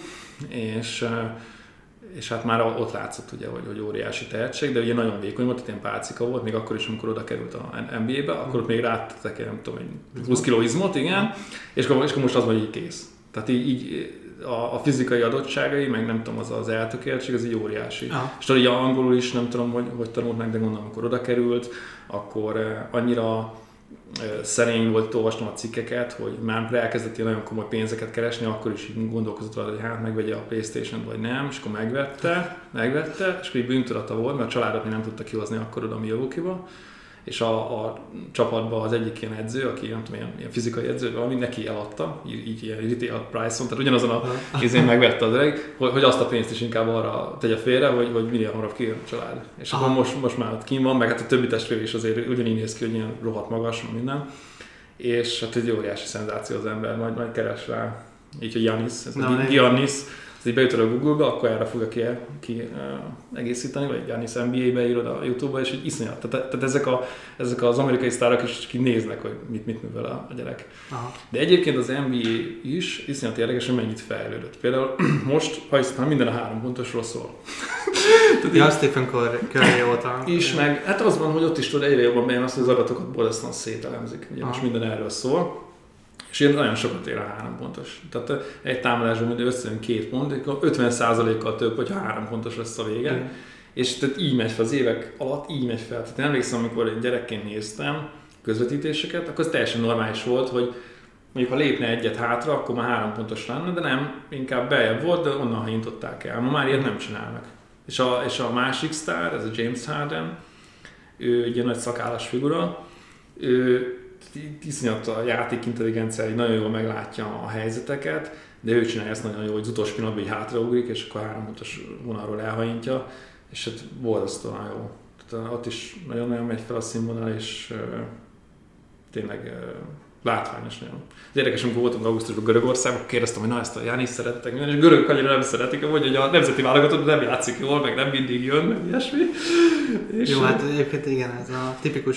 és hát már ott látszott, ugye, hogy óriási tehetség, de ugye nagyon vékony volt, ilyen pálcika volt, még akkor is, amikor oda került a NBA-be, akkor ott még rátettek, nem tudom, 20 kg izmot, igen, és akkor most az vagy így kész. Tehát így a fizikai adottságai, meg nem tudom, az eltökéltség, az így óriási. És tudod, így angolul is nem tudom, hogy tanult meg, de gondolom, amikor oda került, akkor annyira szerény volt, olvastam a cikkeket, hogy már elkezdett ilyen nagyon komoly pénzeket keresni, akkor is így gondolkozott rá, hogy hát megvegye a PlayStation-t vagy nem, és akkor megvette, és akkor így bűntudata volt, mert a családot még nem tudta kihozni akkor oda Milwaukee-ba, és a csapatban az egyik ilyen edző, aki nem tudom, ilyen fizikai edző, valami neki eladta, így ilyen retail price-on, tehát ugyanazon a kézén megvette az öreg, hogy azt a pénzt is inkább arra tegye félre, hogy minél hamarabb kijön a család. És akkor most már ott kín van, meg hát a többi testvér is azért ugyanígy néz ki, hogy ilyen rohadt magas, minden. És hát egy óriási szenzáció az ember, majd keres rá, így hogy Giannis, ez így beütöd a Google-ba, akkor erre fogja ki egészíteni, vagy Giannis NBA-be írod a YouTube-ba, és így iszonyat. Tehát ezek az amerikai sztárok is néznek, hogy mit művel a gyerek. Aha. De egyébként az NBA is iszonyat érdekes, hogy mennyit fejlődött. Például most, ha minden a 3 pontosról szól. Ja, Stephen Curry óta. És meg, hát az van, hogy ott is tudod egyre jobban bejön azt, hogy az adatokat borzasztóan szételemzik. Ugye most minden erről szól. És ilyen nagyon sokat ér a 3 pontos. Tehát egy támadásban mindig összejön 2 pont, 50%-kal több, hogyha 3 pontos lesz a vége. És tehát így megy fel az évek alatt, így megy fel. Tehát én emlékszem, amikor egy gyerekként néztem közvetítéseket, akkor ez teljesen normális volt, hogy mondjuk ha lépne egyet hátra, akkor már 3 pontos lenne, de nem, inkább beljebb volt, de onnan hintották el. Ma már ilyet nem csinálnak. És a másik sztár, ez a James Harden, ő egy ilyen nagy szakállas figura, ő iszonyat a játék intelligenciája, nagyon jól meglátja a helyzeteket, de ő csinálja ezt nagyon jól, hogy az utolsó pillanatban így hátraugrik, és akkor 3 pontos vonalról elhajintja, és hát borzasztóan jó. Tehát ott is nagyon-nagyon megy fel a színvonal, és tényleg látványos nagyon. Az érdekes, amikor voltunk augusztusban Görögországban, kérdeztem, hogy na ezt a Giannis szerettek, és görögök annyira nem szeretik, hogy a nemzeti válogatott nem játszik jól, meg nem mindig jön, meg ilyesmi. És jó, hát egyébként igen, ez a tipikus,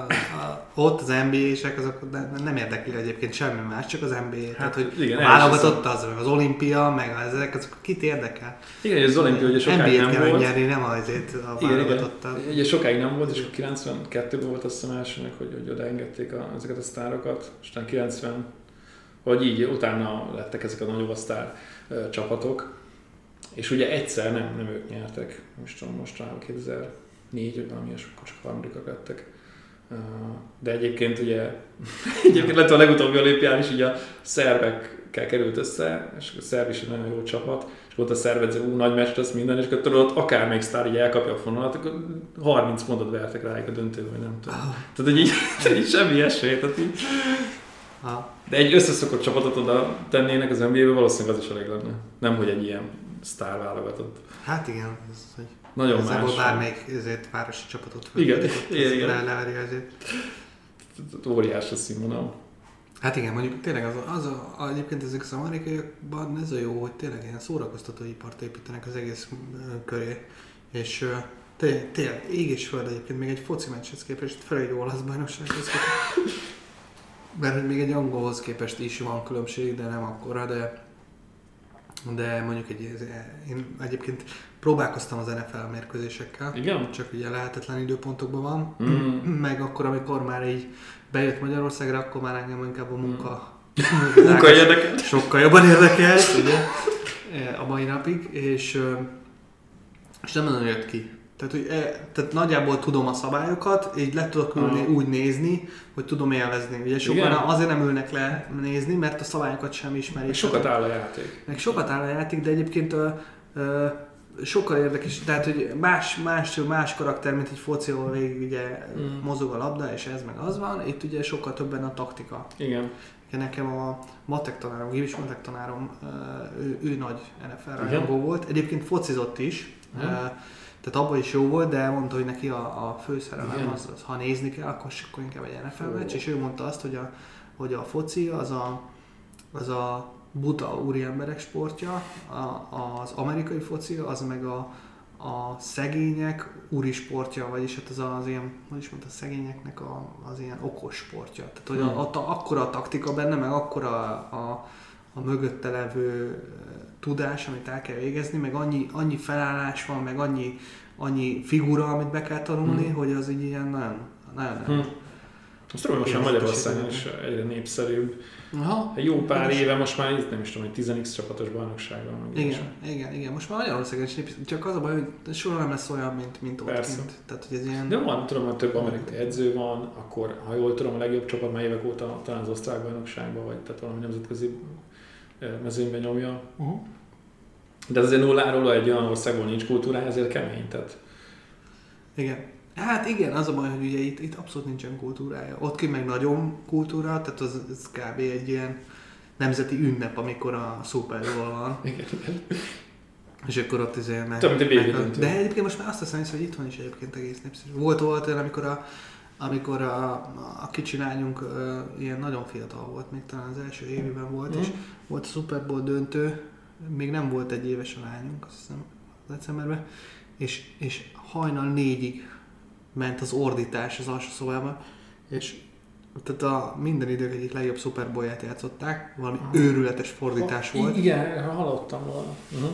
ott az NBA-sek azok nem érdekli egyébként semmi más, csak az NBA. Hát, tehát, hogy igen, a válogatott az olimpia, meg ezek, azok kit érdekel. Igen, az olimpia ugye sokáig nem volt. NBA-t kell nyerni, nem azért a válogatottal. Igen, ugye sokáig nem volt, és 92-ben volt azt hiszem elsőnek, hogy odaengedték ezeket a sztárokat, és utána 90, vagy így utána lettek ezek a nagyobb sztár csapatok, és ugye egyszer nem ők nyertek, most talán 2004 vagy valami ilyesmi, csak harmadikak lettek. De egyébként ugye, lett a legutóbbi olimpián is, ugye a szerbekkel került össze, és a szerb is egy nagyon jó csapat, és ott a szervező, nagy meccs lesz minden, és akkor ott akármelyik sztár így elkapja a fonalat, akkor 30 pontot vertek rájuk a döntőben, vagy nem tudom. Tehát, hogy így semmi esély, tehát így. De egy összeszokott csapatot oda tennének az NBA-be, valószínűleg az is elég lenne. Nem, hogy egy ilyen sztár válogatott. Hát igen, ez hogy nagyon más. Bármelyik ezért városi csapatot igen. leveri azért. Óriás a színvonal. Hát igen, mondjuk tényleg egyébként ezek az amerikaiakban ez a jó, hogy tényleg ilyen szórakoztató ipart építenek az egész köré. És tényleg ég és föld egyébként még egy foci meccshez képest, főleg egy olasz bajnoksághoz képest. Mert még egy angolhoz képest is van különbség, de nem akkora, de mondjuk én egyébként próbálkoztam az NFL mérkőzésekkel. Igen? Csak ugye lehetetlen időpontokban van. Meg akkor, amikor már így bejött Magyarországra, akkor már engem inkább a munka érdekelt. Sokkal jobban érdekelt, ugye, a mai napig, és nem nagyon jött ki. Tehát nagyjából tudom a szabályokat, így le tudok ülni, úgy nézni, hogy tudom élvezni. Ugye sokan azért nem ülnek le nézni, mert a szabályokat sem ismerik. Meg sokat áll a játék. Meg sokat áll a játék, de egyébként sokkal érdekes, tehát hogy más karakter, mint egy foci, ahol végig ugye mozog a labda, és ez meg az van, itt ugye sokkal többen a taktika. Igen. Nekem a matek tanárom, Givis matek tanárom, ő nagy NFL rajongó volt, egyébként focizott is, tehát abban is jó volt, de mondta, hogy neki a főszerelem az, ha nézni kell, akkor inkább egy NFL meccs, és ő mondta azt, hogy a foci az a buta úriemberek sportja, az amerikai foci, az meg a szegények úri sportja, vagyis hát az ilyen, hogy is mondta, a szegényeknek az ilyen okos sportja. Tehát, hogy akkora a taktika benne, meg akkora a mögötte levő tudás, amit el kell végezni, meg annyi felállás van, meg annyi figura, amit be kell tanulni, hogy az így ilyen nagyon Azt tudom, most már Magyarországon is egyre népszerűbb. Jó pár éve, most már nem is tudom, hogy 10x csapatos bajnokságban. Igen. Most már Magyarországon is népszerűbb. Csak az a baj, hogy soha nem lesz olyan, mint ott kint. Tehát, hogy ez ilyen... De van, tudom, hogy több amerikai edző van, akkor, ha jól tudom, a legjobb csapat már évek óta talán az osztrák bajnokságban, vagy tehát valami nemzetközi mezőnyben nyomja. De azért nulláról egy olyan országból nincs kultúrája, ezért kemény. Tehát... Igen. Hát igen, az a baj, hogy ugye itt abszolút nincsen kultúrája. Ott ki meg nagyon kultúra, tehát az kb. Egy ilyen nemzeti ünnep, amikor a Super Bowl van. Igen. És akkor ott azért De egyébként most már azt hiszem, hogy itthon is egyébként egész népszerű. Volt olyan, amikor a kicsi lányunk ilyen nagyon fiatal volt, még talán az első évben volt, és volt a Super Bowl döntő, még nem volt egy éves a lányunk, azt hiszem decemberben, és hajnal 4-ig ment az ordítás az alsó szobában, és tehát minden idők egyik legjobb Super Bowl-ját játszották, valami őrületes fordítás volt. Igen, hallottam volna.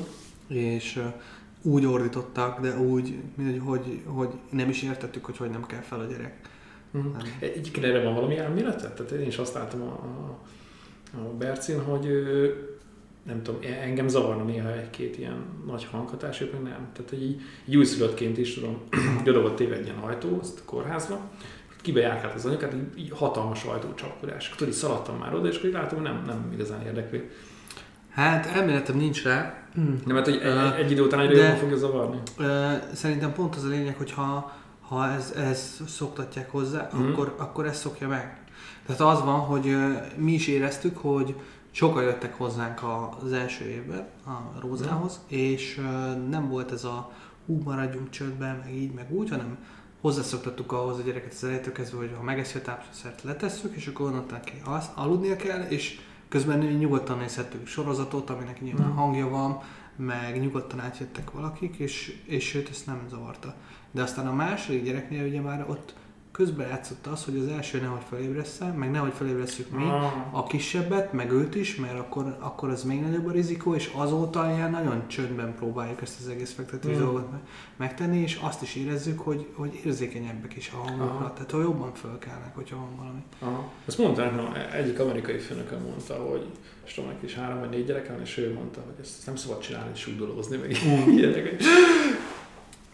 És úgy ordítottak, de úgy, hogy nem is értettük, hogy nem kell fel a gyerek. Egyébként erre van valami elméletet? Tehát én is azt láttam a Bercin, hogy nem tudom, engem zavarna néha egy-két ilyen nagy hanghatás, meg nem. Tehát így újszülöttként is tudom, gyalogott téved egy ilyen ajtó, azt a kórházba, kibe járkált az anyukát, így hatalmas ajtócsapkodás. Akkor így szaladtam már oda, és akkor így látom, hogy nem igazán érdekli. Hát elméletem nincs rá. Nem, mert hogy egy idő után egyre jobban fogja zavarni. Szerintem pont az a lényeg, hogy ha ez szoktatják hozzá, akkor ez szokja meg. Tehát az van, hogy mi is éreztük, hogy sokan jöttek hozzánk az első évben a Rózához, és nem volt ez a maradjunk csöndben, meg így, meg úgy, hanem hozzászoktattuk ahhoz a gyereket az elejétől kezdve, hogy ha megeszi a tápszert letesszük, és akkor onnan neki aludnia kell, és közben nyugodtan nézhettük sorozatot, aminek nyilván hangja van, meg nyugodtan átjöttek valakik, és őt ezt nem zavarta. De aztán a második gyereknél ugye már ott közben játszott az, hogy az első nehogy felébressze, meg nehogy felébresszük mi a kisebbet, meg őt is, mert akkor az még nagyobb a rizikó, és azóta ilyen nagyon csöndben próbáljuk ezt az egész fektetős dolgot megtenni, és azt is érezzük, hogy érzékenyebbek is a hangokra, tehát ha jobban fölkelnek, hogyha van valami. Ezt mondták, egyik amerikai főnökön mondta, hogy és tudom, neki is 3 vagy 4 gyereke van, és ő mondta, hogy ezt nem szabad csinálni, súgdolózni, meg ilyenek.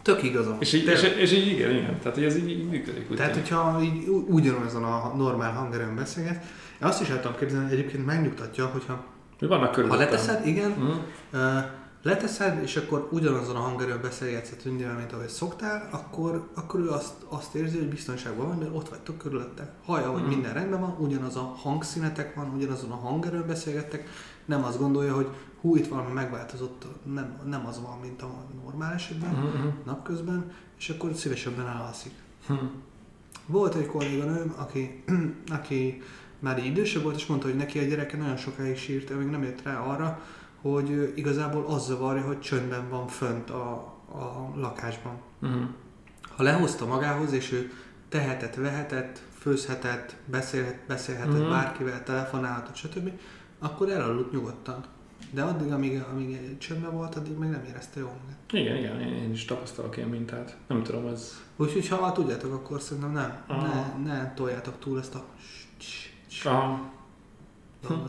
Tök igazam. És így igen. Tehát ez így működik. Tehát, hogyha így ugyanazon a normál hangerőn beszélget, azt is el tudom képzelni, egyébként megnyugtatja, hogyha vannak körülöttem. Ha leteszed, igen, leteszed, és akkor ugyanazon a hangerőn beszélgetsz a tündivel, mint ahogy szoktál, akkor ő azt érzi, hogy biztonságban van, mert ott vagytok körülötte. Hallja, hogy minden rendben van, ugyanaz a hangszínetek van, ugyanazon a hangerőn beszélgettek, nem azt gondolja, hogy hú, itt valami megváltozott, nem az van, mint a normál esetben, napközben, és akkor szívesebben elalszik. Volt egy kolléganőm, aki már idősebb volt, és mondta, hogy neki a gyereke nagyon sokáig sírt, még nem jött rá arra, hogy igazából az zavarja, hogy csöndben van fönt a lakásban. Ha lehozta magához, és ő tehetett, vehetett, főzhetett, beszélhetett bárkivel, telefonálhatott, stb., akkor elaludt nyugodtan. De addig, amíg csöndben volt, addig még nem érezte jól magát. Igen, én is tapasztalok ilyen mintát. Nem tudom, ez... Úgyhogy ha tudjátok, akkor szerintem ne toljátok túl ezt a dolgot.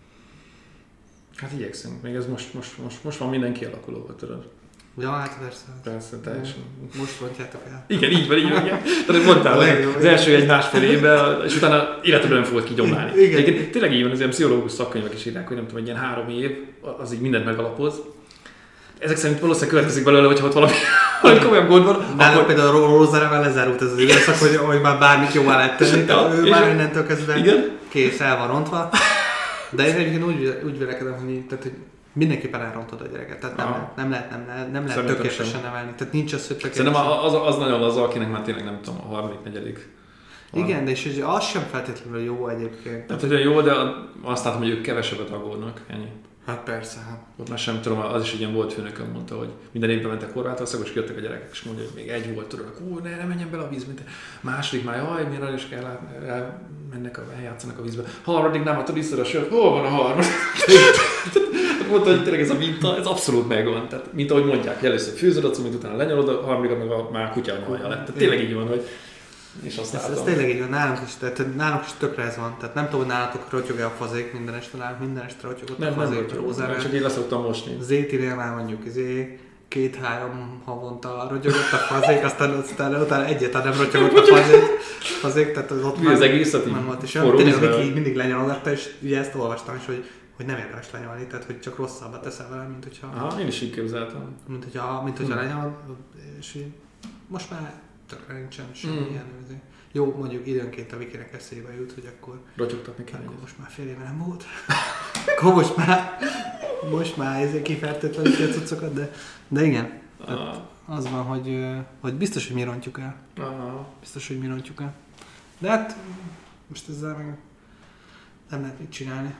Hát igyekszünk, még ez most van minden kialakulóban, tudod. Ja, hát persze. Persze, teljesen. Most mondjátok el. Igen, így van. Tehát mondtál, az első egy-másfél évben, és utána életedben nem fogod kigyomlálni. Igen. Tényleg így van, az ilyen pszichológus szakkönyvek is írják, hogy nem tudom, egy ilyen 3 év, az így mindent megalapoz. Ezek szerint valószínűleg következik belőle, hogyha ott valami komolyabb gond van. Nálam például a Rózárával lezárult ez az időszak, hogy már bármit jóvá lehet tenni, tehát ő már mindentől kezdve kész, el van rontva. De én egyébként úgy vélekedem, hogy mindenképpen elrontod a gyereket, tehát nem lehet tökéletesen nevelni. Tehát nincs az, hogy tökéletesen. Szerintem az nagyon az, akinek már tényleg nem tudom, a 3.-4. Igen, de és az sem feltétlenül jó egyébként. Tehát ugye jó, de azt látom, hogy ők kevesebbet aggódnak, ennyi. Hát persze. Ott már sem tudom, az is ilyen volt főnököm, mondta, hogy minden évben mentek Horvátországba, és kijöttek a gyerekek, és mondja, hogy még egy volt, tudod, ne menjen bele a vízbe. Második már, jaj, miért nagyon is kell eljátszanak a vízbe. Harmadik nem, hát iszod a sört, hol van a harmadik? Mondta, hogy tényleg ez a minta, ez abszolút megvan. Tehát, mint ahogy mondják, hogy először főzöd a cumit, utána lenyalod, a harmadik meg már kutya anyja lett. Tehát tényleg így van, hogy... És azt ez tényleg így van, nálunk is tökre ez van. Tehát nem tudom, hogy nálatok rotyog-e a fazék minden este, nálunk minden este rotyogott a fazék Rózával. Csak én leszoktam mosni. Zétinél már mondjuk 2-3 havonta rotyogott a fazék, aztán utána egyáltalán nem rotyogott a fazék, tehát az ott az egészet nem volt. És tényleg mindig lenyalogatta, és ugye ezt olvastam is, hogy nem érdemes lenyalni, tehát hogy csak rosszabbat teszel vele, mint hogyha... Aha, én is így képzeltem. Mint hogyha lenyalod, és így most már tökre nincsen semmilyen előző. Jó, mondjuk időnként a Vikinek eszébe jut, hogy akkor... Rotyogtatni kell. Akkor most már fél éve nem volt. Akkor most már ezért kifertőtlenítja a cuccokat, de igen. Az van, hogy biztos, hogy mi rontjuk el. Biztos, hogy mi rontjuk el. De hát most ezzel meg nem lehet mit csinálni.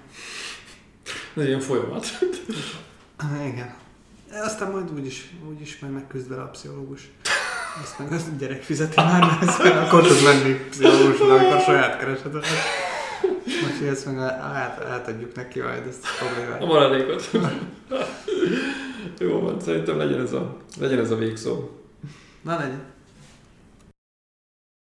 Ez ilyen folyamat. Igen. Aztán majd úgyis majd megküzd vele a pszichológus. Azt meg az gyerek fizeti már, akkor tud menni pszichológusra, amikor saját keresed. Úgyhogy ezt meg átadjuk neki majd ezt a problémát. A maradékot. Jó van, szerintem legyen ez a végszó. Na legyen.